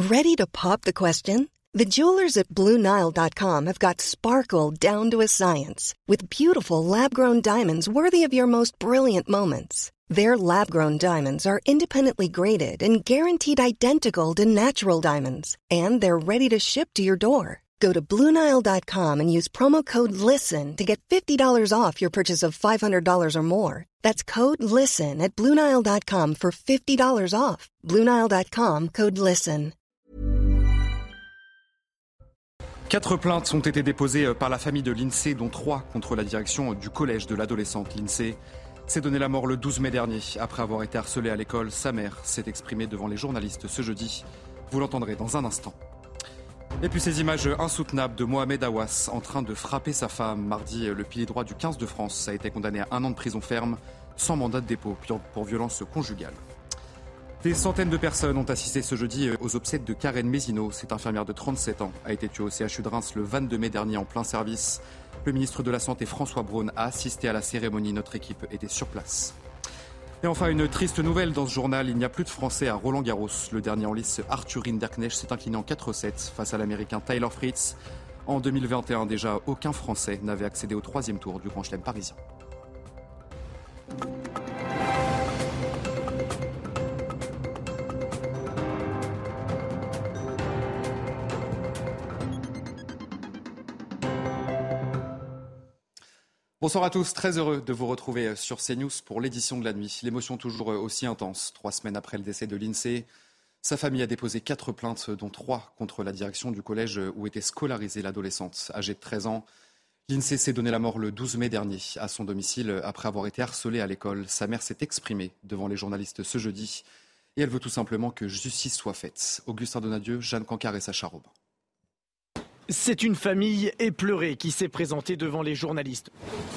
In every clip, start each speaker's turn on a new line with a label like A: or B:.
A: Ready to pop the question? The jewelers at BlueNile.com have got sparkle down to a science with beautiful lab-grown diamonds worthy of your most brilliant moments. Their lab-grown diamonds are independently graded and guaranteed identical to natural diamonds, and they're ready to ship to your door. Go to BlueNile.com and use promo code LISTEN to get $50 off your purchase of $500 or more. That's code LISTEN at BlueNile.com for $50 off. BlueNile.com, code LISTEN.
B: 4 plaintes ont été déposées par la famille de Lindsay, dont 3 contre la direction du collège de l'adolescente. Lindsay s'est donné la mort le 12 mai dernier. Après avoir été harcelée à l'école, sa mère s'est exprimée devant les journalistes ce jeudi. Vous l'entendrez dans un instant. Et puis ces images insoutenables de Mohamed Awas en train de frapper sa femme. Mardi, le pilier droit du 15 de France a été condamné à 1 an de prison ferme sans mandat de dépôt pour violence conjugale. Des centaines de personnes ont assisté ce jeudi aux obsèques de Karen Mézineau. Cette infirmière de 37 ans a été tuée au CHU de Reims le 22 mai dernier en plein service. Le ministre de la Santé François Braun a assisté à la cérémonie. Notre équipe était sur place. Et enfin, une triste nouvelle dans ce journal. Il n'y a plus de Français à Roland-Garros. Le dernier en lice, Arthur Rinderknecht, s'est incliné en 4-7 face à l'Américain Taylor Fritz. En 2021, déjà, aucun Français n'avait accédé au 3e tour du Grand Chelem parisien. Bonsoir à tous, très heureux de vous retrouver sur CNews pour l'édition de la nuit. L'émotion toujours aussi intense. 3 semaines après le décès de Lindsay, sa famille a déposé 4 plaintes, dont 3 contre la direction du collège où était scolarisée l'adolescente. Âgée de 13 ans, Lindsay s'est donné la mort le 12 mai dernier à son domicile après avoir été harcelée à l'école. Sa mère s'est exprimée devant les journalistes ce jeudi et elle veut tout simplement que justice soit faite. Augustin Donadieu, Jeanne Cancard et Sacha Robin.
C: C'est une famille éplorée qui s'est présentée devant les journalistes.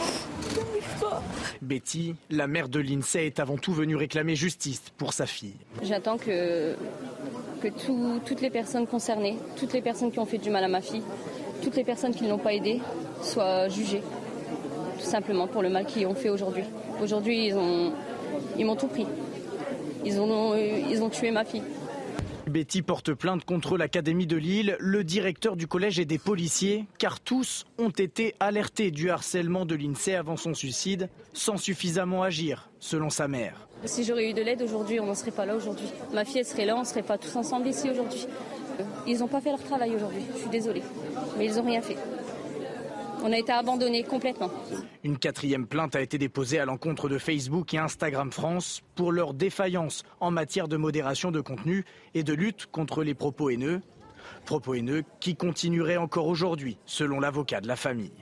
C: Betty, la mère de Lindsay, est avant tout venue réclamer justice pour sa fille.
D: J'attends que toutes les personnes concernées, toutes les personnes qui ont fait du mal à ma fille, toutes les personnes qui ne l'ont pas aidée, soient jugées. Tout simplement pour le mal qu'ils ont fait aujourd'hui. Aujourd'hui, ils m'ont tout pris. Ils ont tué ma fille.
C: Betty porte plainte contre l'Académie de Lille, le directeur du collège et des policiers, car tous ont été alertés du harcèlement de Lindsay avant son suicide, sans suffisamment agir, selon sa mère.
D: Si j'aurais eu de l'aide aujourd'hui, on n'en serait pas là aujourd'hui. Ma fille, elle serait là, on ne serait pas tous ensemble ici aujourd'hui. Ils n'ont pas fait leur travail aujourd'hui, je suis désolée, mais ils n'ont rien fait. On a été abandonnés complètement.
C: Une 4e plainte a été déposée à l'encontre de Facebook et Instagram France pour leur défaillance en matière de modération de contenu et de lutte contre les propos haineux. Propos haineux qui continueraient encore aujourd'hui, selon l'avocat de la famille.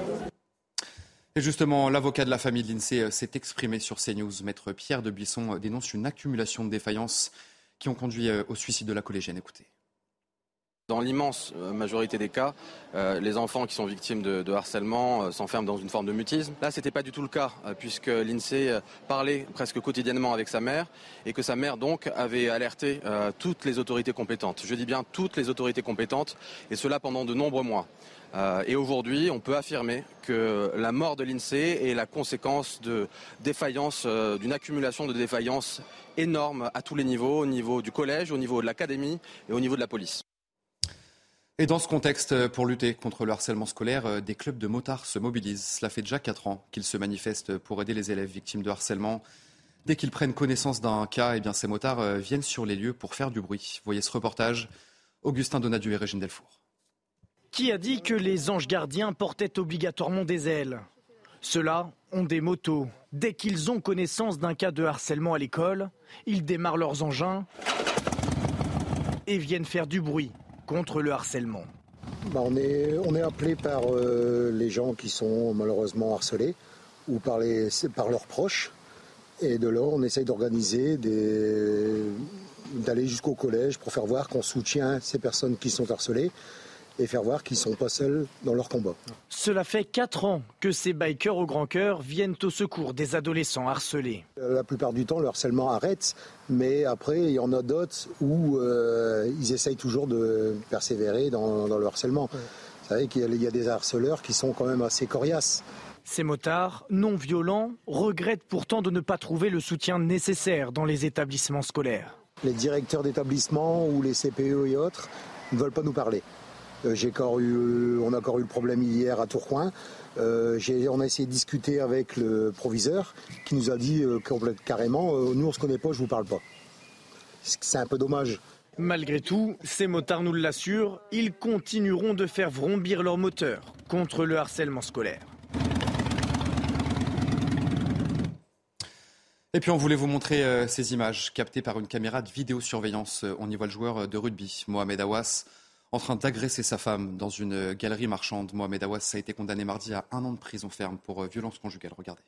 B: Et justement, l'avocat de la famille de Lindsay s'est exprimé sur CNews. Maître Pierre de Buisson dénonce une accumulation de défaillances qui ont conduit au suicide de la collégienne. Écoutez.
E: Dans l'immense majorité des cas, les enfants qui sont victimes de harcèlement s'enferment dans une forme de mutisme. Là, ce n'était pas du tout le cas, puisque Lindsay parlait presque quotidiennement avec sa mère et que sa mère donc avait alerté toutes les autorités compétentes. Je dis bien toutes les autorités compétentes, et cela pendant de nombreux mois. Et aujourd'hui, on peut affirmer que la mort de Lindsay est la conséquence de défaillances, d'une accumulation de défaillances énormes à tous les niveaux, au niveau du collège, au niveau de l'académie et au niveau de la police.
B: Et dans ce contexte, pour lutter contre le harcèlement scolaire, des clubs de motards se mobilisent. Cela fait déjà 4 ans qu'ils se manifestent pour aider les élèves victimes de harcèlement. Dès qu'ils prennent connaissance d'un cas, ces motards viennent sur les lieux pour faire du bruit. Voyez ce reportage, Augustin Donadieu et Régine Delfour.
C: Qui a dit que les anges gardiens portaient obligatoirement des ailes ? Ceux-là ont des motos. Dès qu'ils ont connaissance d'un cas de harcèlement à l'école, ils démarrent leurs engins et viennent faire du bruit contre le harcèlement.
F: On est appelé par les gens qui sont malheureusement harcelés ou par leurs proches. Et de là, on essaye d'organiser, d'aller jusqu'au collège pour faire voir qu'on soutient ces personnes qui sont harcelées et faire voir qu'ils ne sont pas seuls dans leur combat.
C: Cela fait 4 ans que ces bikers au grand cœur viennent au secours des adolescents harcelés.
F: La plupart du temps, le harcèlement arrête, mais après, il y en a d'autres où ils essayent toujours de persévérer dans le harcèlement. Ouais. Vous savez qu'il y a des harceleurs qui sont quand même assez coriaces.
C: Ces motards, non violents, regrettent pourtant de ne pas trouver le soutien nécessaire dans les établissements scolaires.
F: Les directeurs d'établissement ou les CPE et autres ne veulent pas nous parler. On a encore eu le problème hier à Tourcoing. On a essayé de discuter avec le proviseur qui nous a dit carrément nous on ne se connaît pas, je ne vous parle pas. C'est un peu dommage.
C: Malgré tout, ces motards nous l'assurent, ils continueront de faire vrombir leur moteur contre le harcèlement scolaire.
B: Et puis on voulait vous montrer ces images captées par une caméra de vidéosurveillance. On y voit le joueur de rugby, Mohamed Awas, en train d'agresser sa femme dans une galerie marchande. Mohamed Awas a été condamné mardi à 1 an de prison ferme pour violence conjugale. Regardez.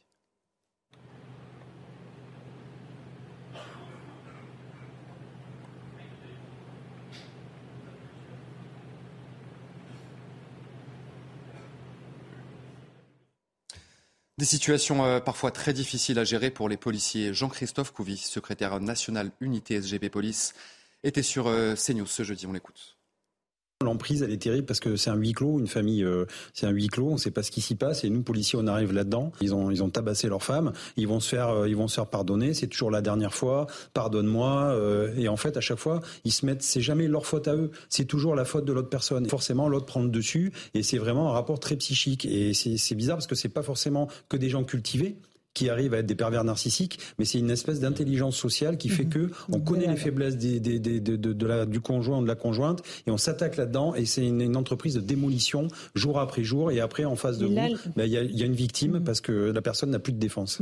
B: Des situations parfois très difficiles à gérer pour les policiers. Jean-Christophe Couvi, secrétaire national unité SGP Police, était sur CNews ce jeudi. On l'écoute.
G: L'emprise, elle est terrible parce que c'est un huis clos, une famille, c'est un huis clos, on ne sait pas ce qui s'y passe et nous, policiers, on arrive là-dedans. Ils ont tabassé leur femme, ils vont se faire pardonner, c'est toujours la dernière fois, pardonne-moi, et en fait, à chaque fois, ils se mettent, c'est jamais leur faute à eux, c'est toujours la faute de l'autre personne. Forcément, l'autre prend le dessus et c'est vraiment un rapport très psychique et c'est bizarre parce que c'est pas forcément que des gens cultivés qui arrivent à être des pervers narcissiques, mais c'est une espèce d'intelligence sociale qui fait que on connaît les faiblesses du conjoint ou de la conjointe et on s'attaque là-dedans et c'est une entreprise de démolition jour après jour et après en face de vous, il y a une victime parce que la personne n'a plus de défense.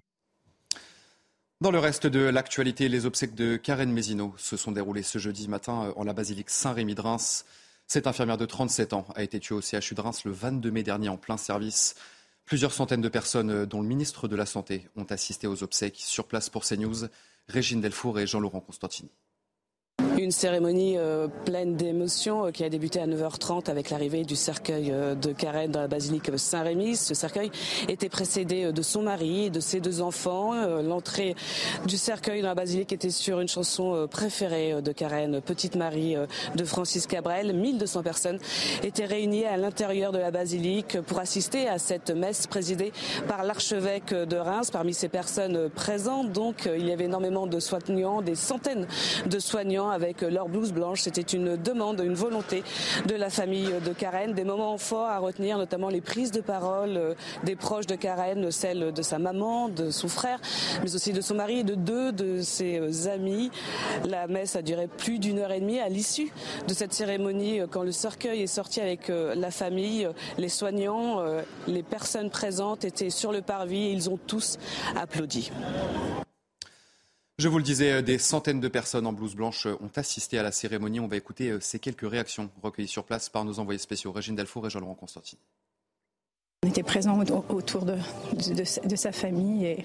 B: Dans le reste de l'actualité, les obsèques de Karen Mézineau se sont déroulées ce jeudi matin en la basilique Saint-Rémy de Reims. Cette infirmière de 37 ans a été tuée au CHU de Reims le 22 mai dernier en plein service. Plusieurs centaines de personnes, dont le ministre de la Santé, ont assisté aux obsèques. Sur place pour CNews, Régine Delfour et Jean-Laurent Constantini.
H: Une cérémonie pleine d'émotions qui a débuté à 9h30 avec l'arrivée du cercueil de Karen dans la basilique Saint-Rémy. Ce cercueil était précédé de son mari et de ses 2 enfants. L'entrée du cercueil dans la basilique était sur une chanson préférée de Karen, Petite Marie de Francis Cabrel. 1200 personnes étaient réunies à l'intérieur de la basilique pour assister à cette messe présidée par l'archevêque de Reims. Parmi ces personnes présentes, donc, il y avait énormément de soignants, des centaines de soignants avec leur blouse blanche. C'était une demande, une volonté de la famille de Karen. Des moments forts à retenir, notamment les prises de parole des proches de Karen, celle de sa maman, de son frère, mais aussi de son mari et de 2 de ses amis. La messe a duré plus d'1h30. À l'issue de cette cérémonie, quand le cercueil est sorti avec la famille, les soignants, les personnes présentes étaient sur le parvis et ils ont tous applaudi.
B: Je vous le disais, des centaines de personnes en blouse blanche ont assisté à la cérémonie. On va écouter ces quelques réactions recueillies sur place par nos envoyés spéciaux, Régine Delfour et Jean-Laurent Constantini.
I: On était présents autour de sa famille et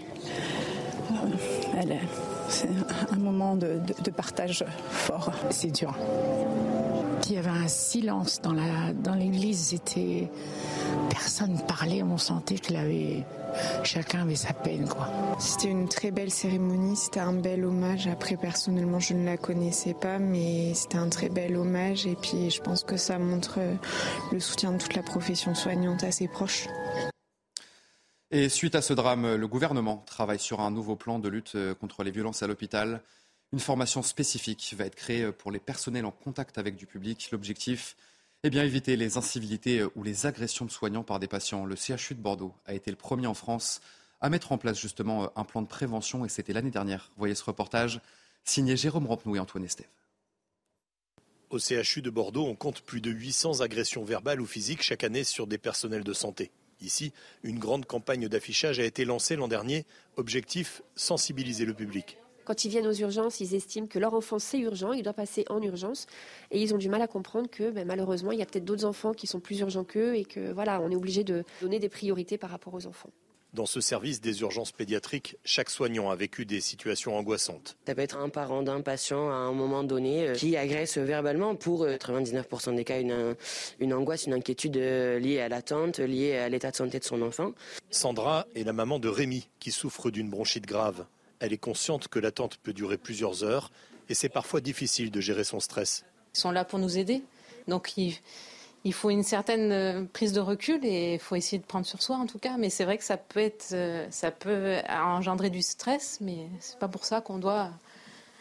I: c'est un moment de partage fort.
J: C'est dur. Il y avait un silence dans l'église, personne ne parlait, on sentait que chacun avait sa peine, quoi.
K: C'était une très belle cérémonie, c'était un bel hommage. Après, personnellement, je ne la connaissais pas, mais c'était un très bel hommage. Et puis, je pense que ça montre le soutien de toute la profession soignante à ses proches.
B: Et suite à ce drame, le gouvernement travaille sur un nouveau plan de lutte contre les violences à l'hôpital. Une formation spécifique va être créée pour les personnels en contact avec du public. L'objectif, éviter les incivilités ou les agressions de soignants par des patients. Le CHU de Bordeaux a été le premier en France à mettre en place justement un plan de prévention et c'était l'année dernière. Voyez ce reportage signé Jérôme Rampenou et Antoine Estève.
L: Au CHU de Bordeaux, on compte plus de 800 agressions verbales ou physiques chaque année sur des personnels de santé. Ici, une grande campagne d'affichage a été lancée l'an dernier. Objectif, sensibiliser le public.
M: Quand ils viennent aux urgences, ils estiment que leur enfant c'est urgent, il doit passer en urgence et ils ont du mal à comprendre que malheureusement il y a peut-être d'autres enfants qui sont plus urgents qu'eux et que voilà, on est obligé de donner des priorités par rapport aux enfants.
L: Dans ce service des urgences pédiatriques, chaque soignant a vécu des situations angoissantes.
N: Ça peut être un parent d'un patient à un moment donné qui agresse verbalement. Pour 99% des cas, une angoisse, une inquiétude liée à l'attente, liée à l'état de santé de son enfant.
L: Sandra est la maman de Rémi qui souffre d'une bronchite grave. Elle est consciente que l'attente peut durer plusieurs heures et c'est parfois difficile de gérer son stress.
O: Ils sont là pour nous aider, donc il faut une certaine prise de recul et il faut essayer de prendre sur soi en tout cas. Mais c'est vrai que ça peut engendrer du stress, mais c'est pas pour ça qu'on doit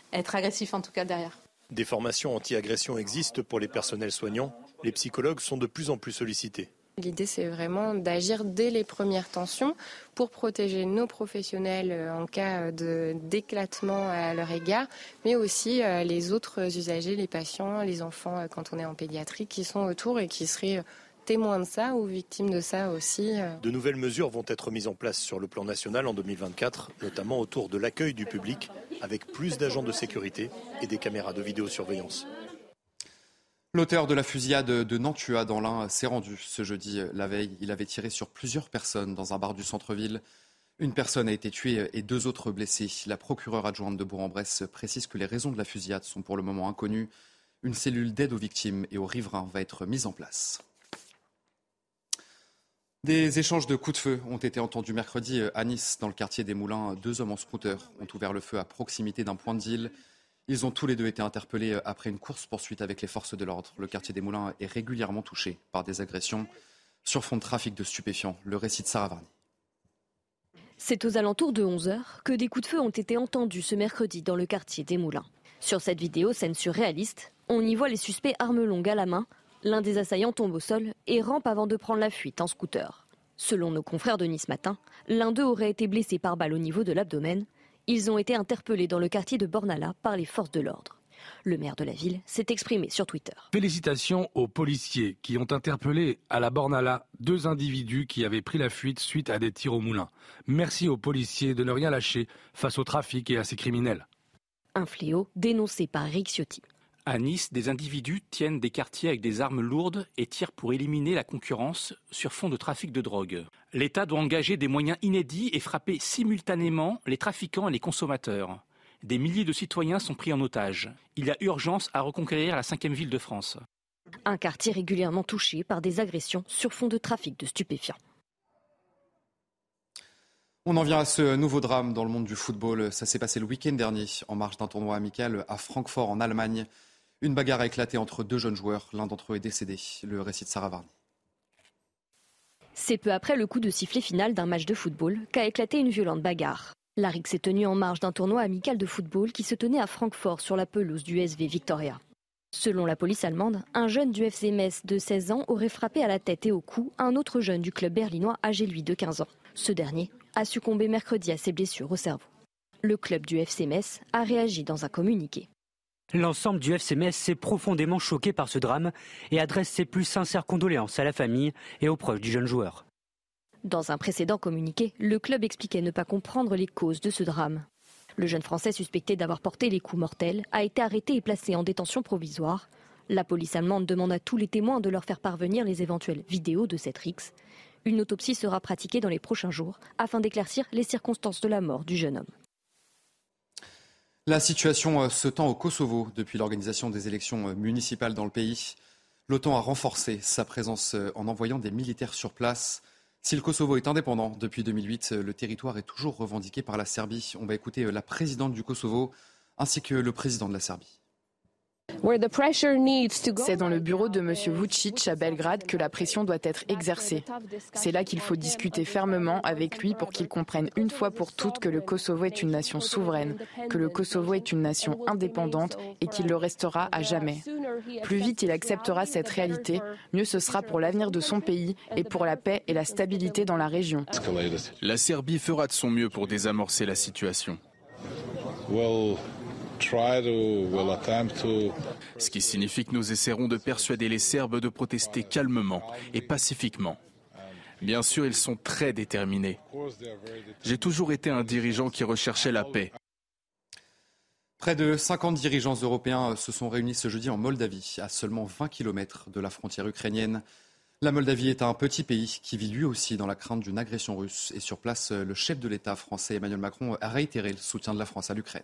O: être agressif en tout cas derrière.
L: Des formations anti-agression existent pour les personnels soignants. Les psychologues sont de plus en plus sollicités.
P: L'idée, c'est vraiment d'agir dès les premières tensions pour protéger nos professionnels en cas d'éclatement à leur égard, mais aussi les autres usagers, les patients, les enfants quand on est en pédiatrie qui sont autour et qui seraient témoins de ça ou victimes de ça aussi.
L: De nouvelles mesures vont être mises en place sur le plan national en 2024, notamment autour de l'accueil du public, avec plus d'agents de sécurité et des caméras de vidéosurveillance.
B: L'auteur de la fusillade de Nantua dans l'Ain s'est rendu ce jeudi la veille. Il avait tiré sur plusieurs personnes dans un bar du centre-ville. Une personne a été tuée et 2 autres blessés. La procureure adjointe de Bourg-en-Bresse précise que les raisons de la fusillade sont pour le moment inconnues. Une cellule d'aide aux victimes et aux riverains va être mise en place. Des échanges de coups de feu ont été entendus mercredi à Nice, dans le quartier des Moulins. 2 hommes en scooter ont ouvert le feu à proximité d'un point de deal. Ils ont tous les 2 été interpellés après une course-poursuite avec les forces de l'ordre. Le quartier des Moulins est régulièrement touché par des agressions sur fond de trafic de stupéfiants. Le récit de Sarah Varny.
Q: C'est aux alentours de 11h que des coups de feu ont été entendus ce mercredi dans le quartier des Moulins. Sur cette vidéo, scène surréaliste, on y voit les suspects armes longues à la main. L'un des assaillants tombe au sol et rampe avant de prendre la fuite en scooter. Selon nos confrères de Nice Matin, l'un d'eux aurait été blessé par balle au niveau de l'abdomen. Ils ont été interpellés dans le quartier de Bornala par les forces de l'ordre. Le maire de la ville s'est exprimé sur Twitter.
R: Félicitations aux policiers qui ont interpellé à la Bornala 2 individus qui avaient pris la fuite suite à des tirs au moulin. Merci aux policiers de ne rien lâcher face au trafic et à ces criminels.
Q: Un fléau dénoncé par Eric Ciotti.
S: À Nice, des individus tiennent des quartiers avec des armes lourdes et tirent pour éliminer la concurrence sur fond de trafic de drogue. L'État doit engager des moyens inédits et frapper simultanément les trafiquants et les consommateurs. Des milliers de citoyens sont pris en otage. Il y a urgence à reconquérir la 5e ville de France.
Q: Un quartier régulièrement touché par des agressions sur fond de trafic de stupéfiants.
B: On en vient à ce nouveau drame dans le monde du football. Ça s'est passé le week-end dernier en marge d'un tournoi amical à Francfort en Allemagne. Une bagarre a éclaté entre 2 jeunes joueurs. L'un d'entre eux est décédé. Le récit de Sarah Varny.
Q: C'est peu après le coup de sifflet final d'un match de football qu'a éclaté une violente bagarre. La rixe s'est tenue en marge d'un tournoi amical de football qui se tenait à Francfort sur la pelouse du SV Victoria. Selon la police allemande, un jeune du FC Metz de 16 ans aurait frappé à la tête et au cou un autre jeune du club berlinois âgé lui de 15 ans. Ce dernier a succombé mercredi à ses blessures au cerveau. Le club du FC Metz a réagi dans un communiqué.
T: L'ensemble du FC Metz s'est profondément choqué par ce drame et adresse ses plus sincères condoléances à la famille et aux proches du jeune joueur.
Q: Dans un précédent communiqué, le club expliquait ne pas comprendre les causes de ce drame. Le jeune Français suspecté d'avoir porté les coups mortels a été arrêté et placé en détention provisoire. La police allemande demande à tous les témoins de leur faire parvenir les éventuelles vidéos de cette rixe. Une autopsie sera pratiquée dans les prochains jours afin d'éclaircir les circonstances de la mort du jeune homme.
B: La situation se tend au Kosovo depuis l'organisation des élections municipales dans le pays. L'OTAN a renforcé sa présence en envoyant des militaires sur place. Si le Kosovo est indépendant depuis 2008, le territoire est toujours revendiqué par la Serbie. On va écouter la présidente du Kosovo ainsi que le président de la Serbie.
U: C'est dans le bureau de M. Vučić à Belgrade que la pression doit être exercée. C'est là qu'il faut discuter fermement avec lui pour qu'il comprenne une fois pour toutes que le Kosovo est une nation souveraine, que le Kosovo est une nation indépendante et qu'il le restera à jamais. Plus vite il acceptera cette réalité, mieux ce sera pour l'avenir de son pays et pour la paix et la stabilité dans la région.
V: La Serbie fera de son mieux pour désamorcer la situation. Ce qui signifie que nous essaierons de persuader les Serbes de protester calmement et pacifiquement. Bien sûr, ils sont très déterminés. J'ai toujours été un dirigeant qui recherchait la paix.
B: Près de 50 dirigeants européens se sont réunis ce jeudi en Moldavie, à seulement 20 km de la frontière ukrainienne. La Moldavie est un petit pays qui vit lui aussi dans la crainte d'une agression russe. Et sur place, le chef de l'État français Emmanuel Macron a réitéré le soutien de la France à l'Ukraine.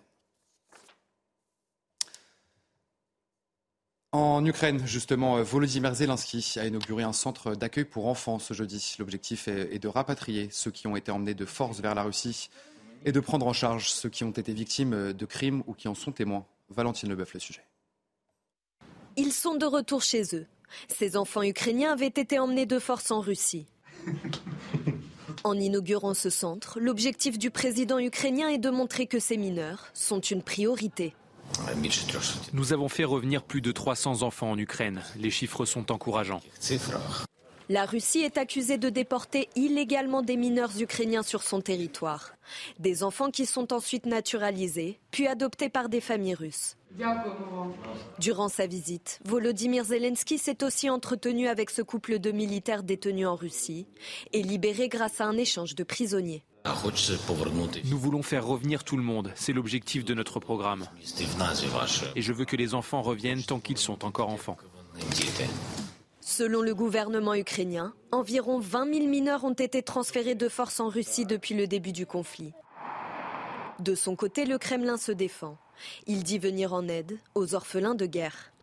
B: En Ukraine, justement, Volodymyr Zelensky a inauguré un centre d'accueil pour enfants ce jeudi. L'objectif est de rapatrier ceux qui ont été emmenés de force vers la Russie et de prendre en charge ceux qui ont été victimes de crimes ou qui en sont témoins. Valentine Leboeuf, le sujet.
W: Ils sont de retour chez eux. Ces enfants ukrainiens avaient été emmenés de force en Russie. En inaugurant ce centre, l'objectif du président ukrainien est de montrer que ces mineurs sont une priorité.
S: Nous avons fait revenir plus de 300 enfants en Ukraine. Les chiffres sont encourageants.
W: La Russie est accusée de déporter illégalement des mineurs ukrainiens sur son territoire. Des enfants qui sont ensuite naturalisés, puis adoptés par des familles russes. Durant sa visite, Volodymyr Zelensky s'est aussi entretenu avec ce couple de militaires détenus en Russie et libérés grâce à un échange de prisonniers.
S: Nous voulons faire revenir tout le monde, c'est l'objectif de notre programme. Et je veux que les enfants reviennent tant qu'ils sont encore enfants.
W: Selon le gouvernement ukrainien, environ 20 000 mineurs ont été transférés de force en Russie depuis le début du conflit. De son côté, le Kremlin se défend. Il dit venir en aide aux orphelins de guerre.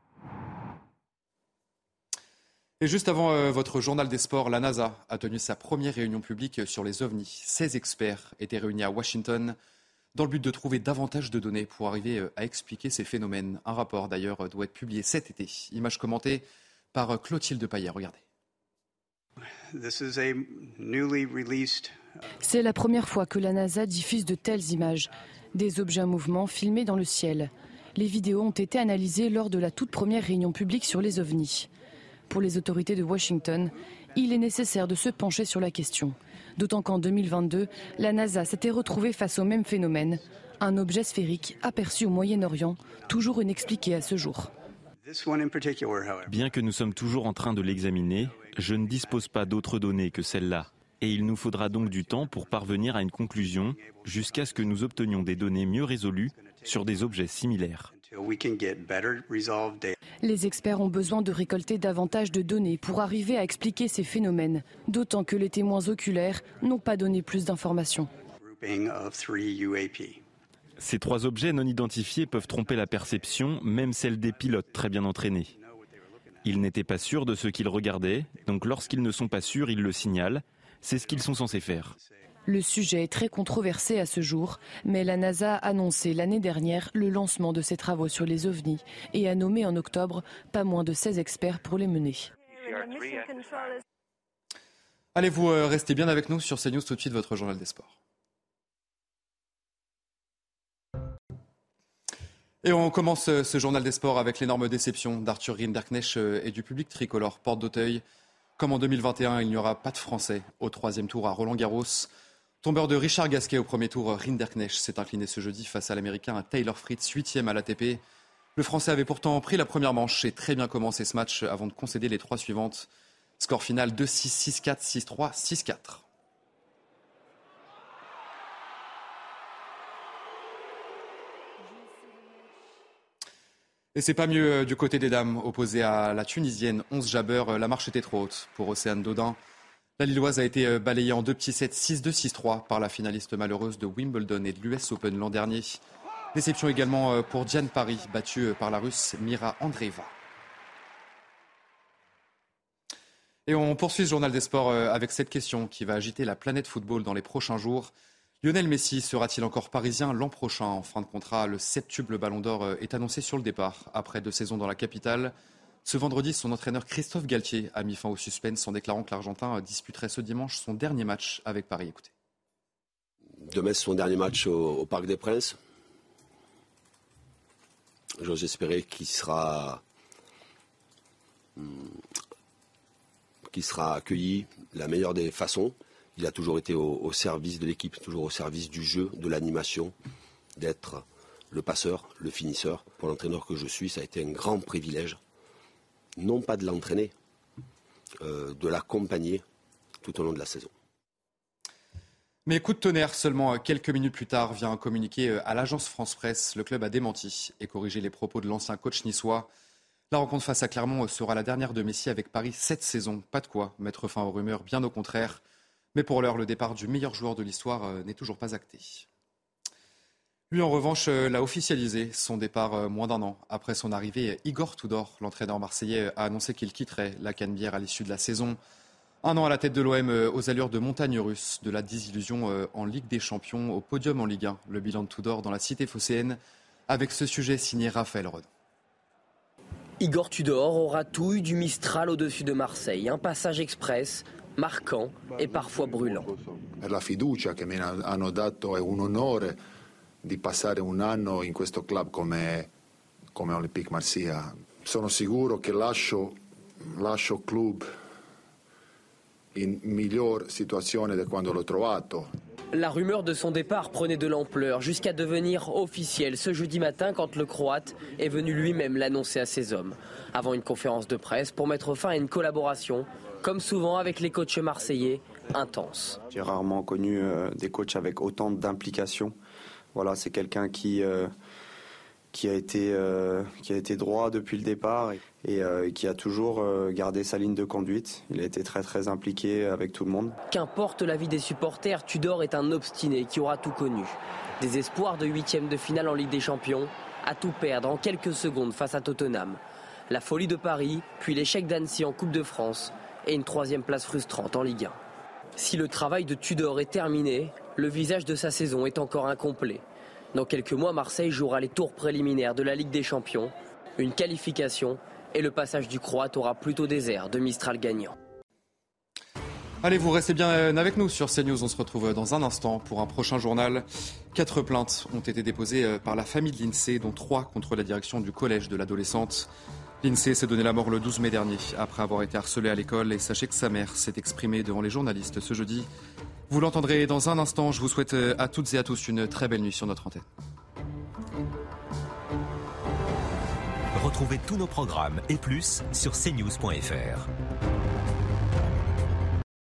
B: Et juste avant votre journal des sports, la NASA a tenu sa première réunion publique sur les ovnis. 16 experts étaient réunis à Washington dans le but de trouver davantage de données pour arriver à expliquer ces phénomènes. Un rapport d'ailleurs doit être publié cet été. Image commentée par Clotilde Payet. Regardez.
A: C'est la première fois que la NASA diffuse de telles images. Des objets en mouvement filmés dans le ciel. Les vidéos ont été analysées lors de la toute première réunion publique sur les ovnis. Pour les autorités de Washington, il est nécessaire de se pencher sur la question. D'autant qu'en 2022, la NASA s'était retrouvée face au même phénomène. Un objet sphérique aperçu au Moyen-Orient, toujours inexpliqué à ce jour.
D: Bien que nous sommes toujours en train de l'examiner, je ne dispose pas d'autres données que celles-là. Et il nous faudra donc du temps pour parvenir à une conclusion jusqu'à ce que nous obtenions des données mieux résolues sur des objets similaires.
A: Les experts ont besoin de récolter davantage de données pour arriver à expliquer ces phénomènes, d'autant que les témoins oculaires n'ont pas donné plus d'informations.
D: Ces 3 objets non identifiés peuvent tromper la perception, même celle des pilotes très bien entraînés. Ils n'étaient pas sûrs de ce qu'ils regardaient, donc lorsqu'ils ne sont pas sûrs, ils le signalent. C'est ce qu'ils sont censés faire.
A: Le sujet est très controversé à ce jour, mais la NASA a annoncé l'année dernière le lancement de ses travaux sur les ovnis et a nommé en octobre pas moins de 16 experts pour les mener.
B: Allez, vous restez bien avec nous sur CNews, tout de suite votre journal des sports. Et on commence ce journal des sports avec l'énorme déception d'Arthur Rinderknecht et du public tricolore porte d'Auteuil. Comme en 2021, il n'y aura pas de Français au 3e tour à Roland-Garros. Tombeur de Richard Gasquet au premier tour, Rinderknecht s'est incliné ce jeudi face à l'Américain Taylor Fritz, 8e à l'ATP. Le Français avait pourtant pris la première manche et très bien commencé ce match avant de concéder les 3 suivantes. Score final 2-6, 6-4, 6-3, 6-4. Et c'est pas mieux du côté des dames. Opposée à la Tunisienne 11 Jabeur, la marche était trop haute pour Océane Dodin. La Lilloise a été balayée en 2 petits sets 6-2, 6-3 par la finaliste malheureuse de Wimbledon et de l'US Open l'an dernier. Déception également pour Diane Paris, battue par la Russe Mira Andreeva. Et on poursuit ce journal des sports avec cette question qui va agiter la planète football dans les prochains jours. Lionel Messi sera-t-il encore parisien l'an prochain en fin de contrat? Le septuple Ballon d'Or est annoncé sur le départ après 2 saisons dans la capitale. Ce vendredi, son entraîneur Christophe Galtier a mis fin au suspense en déclarant que l'Argentin disputerait ce dimanche son dernier match avec Paris. Écoutez.
E: Demain, c'est son dernier match au Parc des Princes. J'ose espérer qu'il sera accueilli de la meilleure des façons. Il a toujours été au service de l'équipe, toujours au service du jeu, de l'animation, d'être le passeur, le finisseur. Pour l'entraîneur que je suis, ça a été un grand privilège, non pas de l'entraîner, de l'accompagner tout au long de la saison.
B: Mais coup de tonnerre, seulement quelques minutes plus tard, via un communiqué à l'agence France Presse, le club a démenti et corrigé les propos de l'ancien coach niçois. La rencontre face à Clermont sera la dernière de Messi avec Paris cette saison. Pas de quoi mettre fin aux rumeurs, bien au contraire. Mais pour l'heure, le départ du meilleur joueur de l'histoire n'est toujours pas acté. Lui, en revanche, l'a officialisé, son départ moins d'1 an. Après son arrivée, Igor Tudor, l'entraîneur marseillais, a annoncé qu'il quitterait la Canebière à l'issue de la saison. 1 an à la tête de l'OM aux allures de montagne russe, de la désillusion en Ligue des Champions au podium en Ligue 1. Le bilan de Tudor dans la cité phocéenne, avec ce sujet signé Raphaël Rodin.
X: Igor Tudor aura tout eu du Mistral au-dessus de Marseille. Un passage express, marquant et parfois brûlant.
Y: La fiducia che mi hanno dato è un onore di passare un anno in questo club come
C: come Olympique Marseille. Sono sicuro che lascio il club in miglior situazione di quando l'ho trovato.
X: La rumeur de son départ prenait de l'ampleur jusqu'à devenir officielle ce jeudi matin quand le Croate est venu lui-même l'annoncer à ses hommes. Avant une conférence de presse pour mettre fin à une collaboration, comme souvent avec les coachs marseillais, intense.
F: J'ai rarement connu des coachs avec autant d'implication. Voilà, c'est quelqu'un qui a été droit depuis le départ et qui a toujours gardé sa ligne de conduite. Il a été très très impliqué avec tout le monde.
X: Qu'importe l'avis des supporters, Tudor est un obstiné qui aura tout connu. Des espoirs de 8e de finale en Ligue des Champions, à tout perdre en quelques secondes face à Tottenham. La folie de Paris, puis l'échec d'Annecy en Coupe de France et une 3e place frustrante en Ligue 1. Si le travail de Tudor est terminé, le visage de sa saison est encore incomplet. Dans quelques mois, Marseille jouera les tours préliminaires de la Ligue des Champions, une qualification et le passage du Croate aura plutôt des airs de Mistral gagnant.
B: Allez, vous restez bien avec nous sur CNews. On se retrouve dans un instant pour un prochain journal. 4 plaintes ont été déposées par la famille de l'INSEE, dont 3 contre la direction du collège de l'adolescente. L'INSEE s'est donné la mort le 12 mai dernier après avoir été harcelée à l'école et sachez que sa mère s'est exprimée devant les journalistes ce jeudi. Vous l'entendrez dans un instant. Je vous souhaite à toutes et à tous une très belle nuit sur notre antenne.
G: Retrouvez tous nos programmes et plus sur cnews.fr.